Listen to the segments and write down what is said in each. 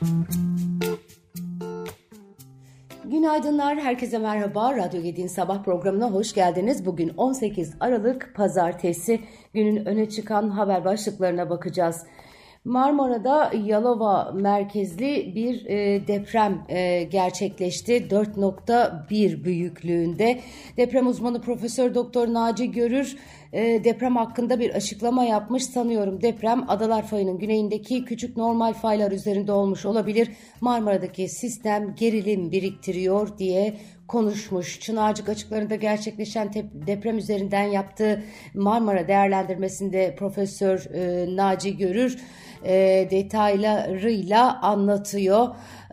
Günaydınlar, herkese merhaba. Radyo Gedi'nin sabah programına hoş geldiniz. Bugün 18 Aralık Pazartesi, günün öne çıkan haber başlıklarına bakacağız. Marmara'da Yalova merkezli bir deprem gerçekleşti. 4.1 büyüklüğünde. Deprem uzmanı Profesör Doktor Naci Görür deprem hakkında bir açıklama yapmış. Sanıyorum deprem Adalar Fayı'nın güneyindeki küçük normal faylar üzerinde olmuş olabilir. Marmara'daki sistem gerilim biriktiriyor diye konuşmuş. Çınarcık açıklarında gerçekleşen deprem üzerinden yaptığı Marmara değerlendirmesinde Profesör Naci Görür detaylarıyla anlatıyor.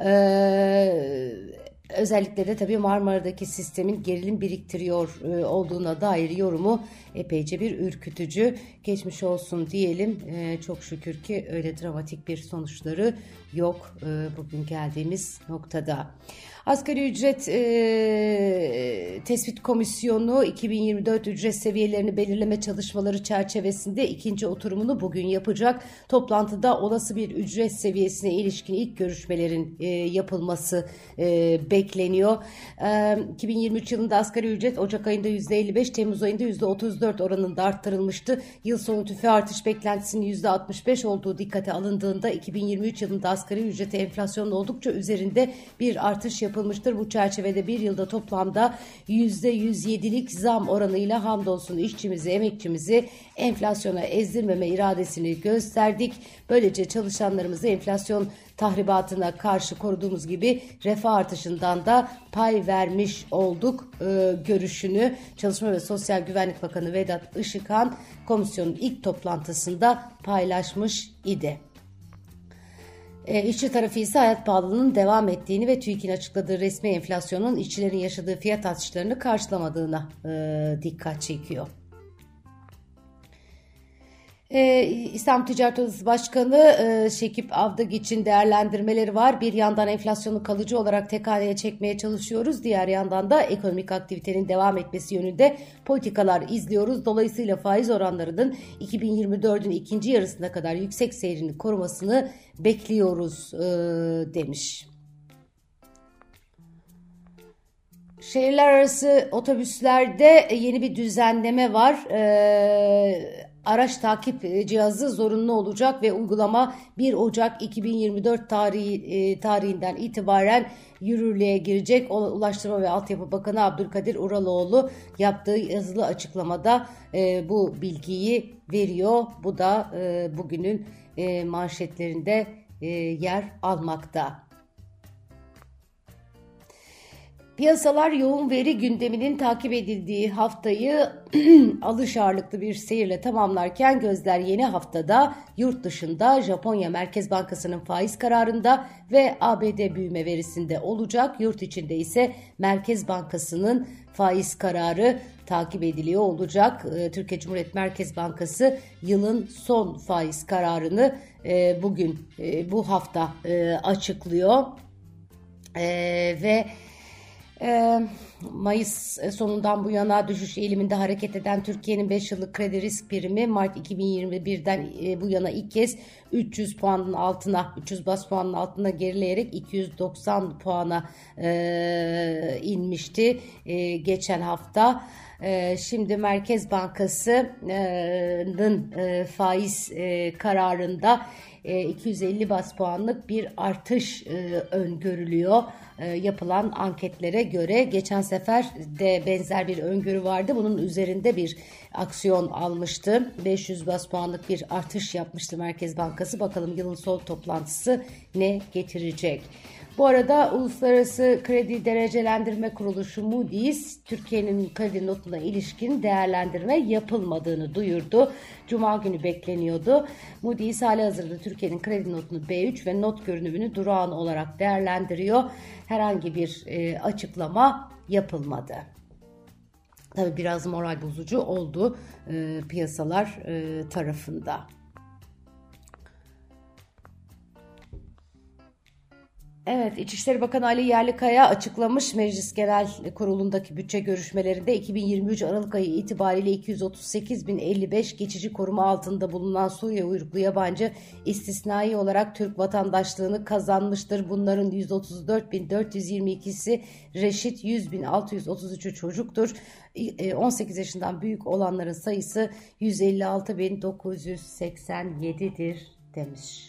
Özellikle de tabii Marmara'daki sistemin gerilim biriktiriyor olduğuna dair yorumu epeyce bir ürkütücü. Geçmiş olsun diyelim. Çok şükür ki öyle dramatik bir sonuçları yok bugün geldiğimiz noktada. Asgari ücret tespit komisyonu 2024 ücret seviyelerini belirleme çalışmaları çerçevesinde ikinci oturumunu bugün yapacak. Toplantıda olası bir ücret seviyesine ilişkin ilk görüşmelerin yapılması bekleniyor. 2023 yılında asgari ücret Ocak ayında %55, Temmuz ayında %34 oranında arttırılmıştı. Yıl sonu tüfe artış beklentisinin %65 olduğu dikkate alındığında 2023 yılında asgari ücrete enflasyonun oldukça üzerinde bir artış yapılmıştır. Bu çerçevede bir yılda toplamda %107'lik zam oranıyla hamdolsun işçimizi, emekçimizi enflasyona ezdirmeme iradesini gösterdik. Böylece çalışanlarımızı enflasyon tahribatına karşı koruduğumuz gibi refah artışından da pay vermiş olduk görüşünü Çalışma ve Sosyal Güvenlik Bakanı Vedat Işıkhan komisyonun ilk toplantısında paylaşmış idi. İşçi tarafı ise hayat pahalılığının devam ettiğini ve TÜİK'in açıkladığı resmi enflasyonun işçilerin yaşadığı fiyat artışlarını karşılamadığına dikkat çekiyor. İstanbul Ticaret Odası Başkanı Şekip Avdıgiç'in değerlendirmeleri var. Bir yandan enflasyonu kalıcı olarak tek haneye çekmeye çalışıyoruz. Diğer yandan da ekonomik aktivitenin devam etmesi yönünde politikalar izliyoruz. Dolayısıyla faiz oranlarının 2024'ün ikinci yarısına kadar yüksek seyrini korumasını bekliyoruz demiş. Şehirler arası otobüslerde yeni bir düzenleme var. Araç takip cihazı zorunlu olacak ve uygulama 1 Ocak 2024 tarihinden itibaren yürürlüğe girecek. Ulaştırma ve Altyapı Bakanı Abdülkadir Uraloğlu yaptığı yazılı açıklamada bu bilgiyi veriyor. Bu da bugünün manşetlerinde yer almakta. Piyasalar yoğun veri gündeminin takip edildiği haftayı alış ağırlıklı bir seyirle tamamlarken gözler yeni haftada yurt dışında Japonya Merkez Bankası'nın faiz kararında ve ABD büyüme verisinde olacak. Yurt içinde ise Merkez Bankası'nın faiz kararı takip ediliyor olacak. Türkiye Cumhuriyet Merkez Bankası yılın son faiz kararını bugün bu hafta açıklıyor ve Mayıs sonundan bu yana düşüş eğiliminde hareket eden Türkiye'nin 5 yıllık kredi risk primi Mart 2021'den bu yana ilk kez 300 bas puanın altına gerileyerek 290 puana inmişti geçen hafta. Şimdi Merkez Bankası'nın faiz kararında 250 bas puanlık bir artış öngörülüyor. Yapılan anketlere göre geçen sefer de benzer bir öngörü vardı. Bunun üzerinde bir aksiyon almıştı. 500 bas puanlık bir artış yapmıştı Merkez Bankası. Bakalım yılın son toplantısı ne getirecek? Bu arada Uluslararası Kredi Derecelendirme Kuruluşu Moody's, Türkiye'nin kredi notuna ilişkin değerlendirme yapılmadığını duyurdu. Cuma günü bekleniyordu. Moody's halihazırda Türkiye'nin kredi notunu B3 ve not görünümünü durağan olarak değerlendiriyor. Herhangi bir açıklama yapılmadı. Tabii biraz moral bozucu oldu piyasalar tarafında. Evet, İçişleri Bakanı Ali Yerlikaya açıklamış, Meclis Genel Kurulu'ndaki bütçe görüşmelerinde 2023 Aralık ayı itibariyle 238.055 geçici koruma altında bulunan Suriye uyruklu yabancı istisnai olarak Türk vatandaşlığını kazanmıştır. Bunların 134.422'si reşit, 100.633'ü çocuktur. 18 yaşından büyük olanların sayısı 156.987'dir demiş.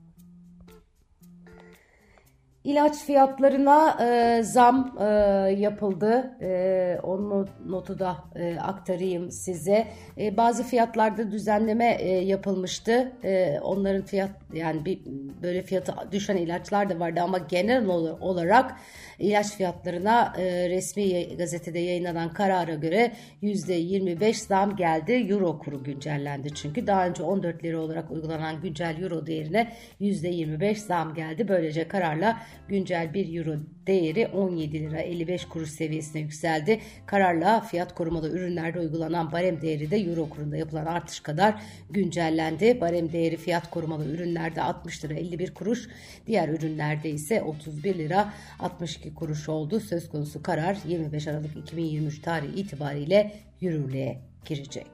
İlaç fiyatlarına zam yapıldı. Onun notu da aktarayım size. Bazı fiyatlarda düzenleme yapılmıştı. Onların fiyat, yani böyle fiyatı düşen ilaçlar da vardı ama genel olarak ilaç fiyatlarına resmi gazetede yayınlanan karara göre %25 zam geldi. Euro kuru güncellendi çünkü. Daha önce 14 lira olarak uygulanan güncel euro değerine %25 zam geldi. Böylece kararla güncel 1 euro değeri 17 lira 55 kuruş seviyesine yükseldi. Kararla fiyat korumalı ürünlerde uygulanan barem değeri de euro kurunda yapılan artış kadar güncellendi. Barem değeri fiyat korumalı ürünlerde 60 lira 51 kuruş, diğer ürünlerde ise 31 lira 62 kuruş oldu. Söz konusu karar 25 Aralık 2023 tarihi itibariyle yürürlüğe girecek.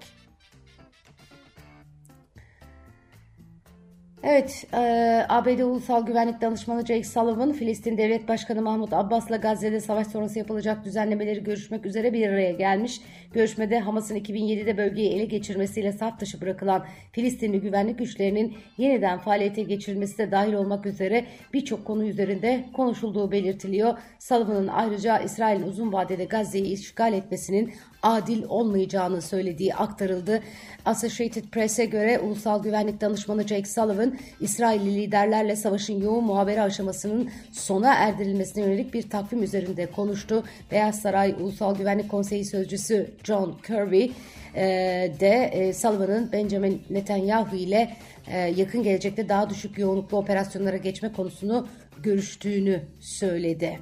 Evet, ABD Ulusal Güvenlik Danışmanı Jake Sullivan, Filistin Devlet Başkanı Mahmut Abbas'la Gazze'de savaş sonrası yapılacak düzenlemeleri görüşmek üzere bir araya gelmiş. Görüşmede Hamas'ın 2007'de bölgeyi ele geçirmesiyle saf dışı bırakılan Filistinli güvenlik güçlerinin yeniden faaliyete geçirilmesi de dahil olmak üzere birçok konu üzerinde konuşulduğu belirtiliyor. Sullivan'ın ayrıca İsrail'in uzun vadede Gazze'yi işgal etmesinin adil olmayacağını söylediği aktarıldı. Associated Press'e göre Ulusal Güvenlik Danışmanı Jake Sullivan, İsrailli liderlerle savaşın yoğun muhabere aşamasının sona erdirilmesine yönelik bir takvim üzerinde konuştu. Beyaz Saray Ulusal Güvenlik Konseyi Sözcüsü John Kirby de Sullivan'ın Benjamin Netanyahu ile yakın gelecekte daha düşük yoğunluklu operasyonlara geçme konusunu görüştüğünü söyledi.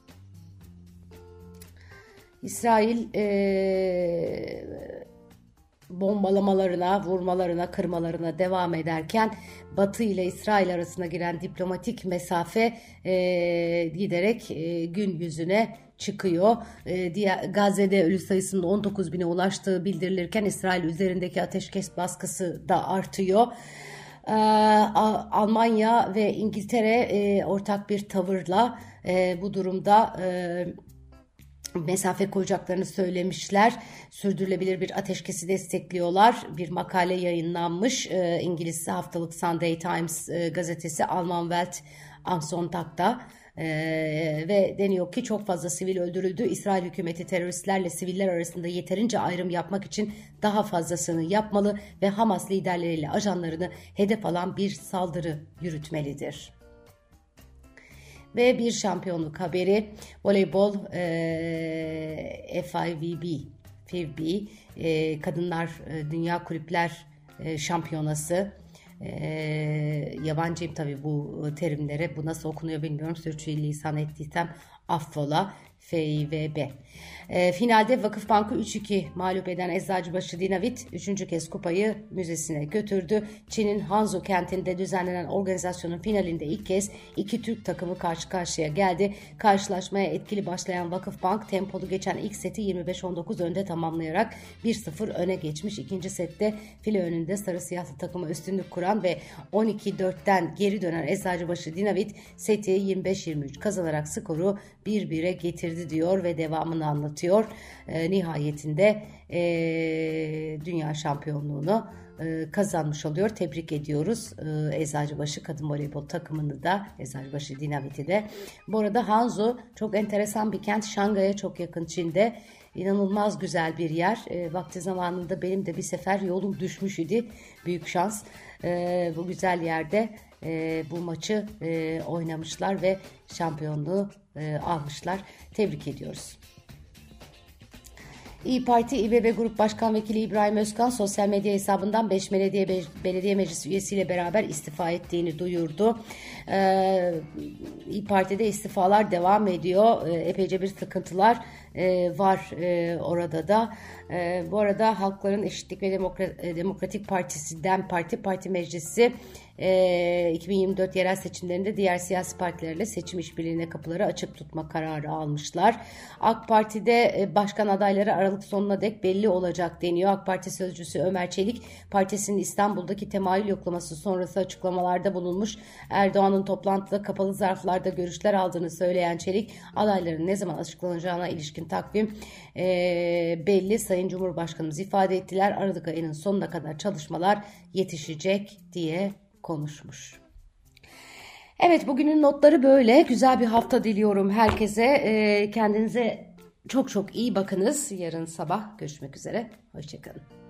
İsrail bombalamalarına, vurmalarına, kırmalarına devam ederken Batı ile İsrail arasına giren diplomatik mesafe giderek gün yüzüne çıkıyor. Gazze'de ölü sayısının 19.000'e ulaştığı bildirilirken İsrail üzerindeki ateşkes baskısı da artıyor. Almanya ve İngiltere ortak bir tavırla bu durumda mesafe koyacaklarını söylemişler. Sürdürülebilir bir ateşkesi destekliyorlar. Bir makale yayınlanmış. İngiliz haftalık Sunday Times gazetesi Alman Welt am Sonntag'da. Ve deniyor ki çok fazla sivil öldürüldü. İsrail hükümeti teröristlerle siviller arasında yeterince ayrım yapmak için daha fazlasını yapmalı ve Hamas liderleriyle ajanlarını hedef alan bir saldırı yürütmelidir. Ve bir şampiyonluk haberi, voleybol FIVB Kadınlar Dünya Kulüpler Şampiyonası. Yabancıyım tabii bu terimlere, bu nasıl okunuyor bilmiyorum, sürçülisan ettiysem affola. FIVB. Finalde Vakıfbank'ı 3-2 mağlup eden Eczacıbaşı Dinavit 3. kez kupayı müzesine götürdü. Çin'in Hangzhou kentinde düzenlenen organizasyonun finalinde ilk kez iki Türk takımı karşı karşıya geldi. Karşılaşmaya etkili başlayan Vakıfbank tempolu geçen ilk seti 25-19 önde tamamlayarak 1-0 öne geçmiş. İkinci sette file önünde sarı siyahlı takıma üstünlük kuran ve 12-4'ten geri dönen Eczacıbaşı Dinavit seti 25-23 kazanarak skoru 1-1'e getirdi diyor ve devamını anlatıyor. Nihayetinde dünya şampiyonluğunu kazanmış oluyor. Tebrik ediyoruz Eczacıbaşı kadın voleybol takımını da, Eczacıbaşı Dinavit'i de. Bu arada Hangzhou çok enteresan bir kent. Şangay'a çok yakın Çin'de. İnanılmaz güzel bir yer. Vakti zamanında benim de bir sefer yolum düşmüş idi. Büyük şans. Bu güzel yerde bu maçı oynamışlar ve şampiyonluğu almışlar. Tebrik ediyoruz. İYİ Parti İBB Grup Başkan Vekili İbrahim Özkan sosyal medya hesabından 5 belediye meclis üyesiyle beraber istifa ettiğini duyurdu. İYİ Parti'de istifalar devam ediyor. Epeyce bir sıkıntılar var orada da. Bu arada Halkların Eşitlik ve Demokratik Partisi DEM Parti Meclisi 2024 yerel seçimlerinde diğer siyasi partilerle seçim işbirliğine kapıları açık tutma kararı almışlar. AK Parti'de başkan adayları Aralık sonuna dek belli olacak deniyor. AK Parti sözcüsü Ömer Çelik, partisinin İstanbul'daki temayül yoklaması sonrası açıklamalarda bulunmuş. Erdoğan'ın toplantıda kapalı zarflarda görüşler aldığını söyleyen Çelik, adayların ne zaman açıklanacağına ilişkin takvim belli. Sayın Cumhurbaşkanımız ifade ettiler. Aralık ayının sonuna kadar çalışmalar yetişecek diye konuşmuş. Evet, bugünün notları böyle. Güzel bir hafta diliyorum herkese. Kendinize çok çok iyi bakınız. Yarın sabah görüşmek üzere. Hoşçakalın.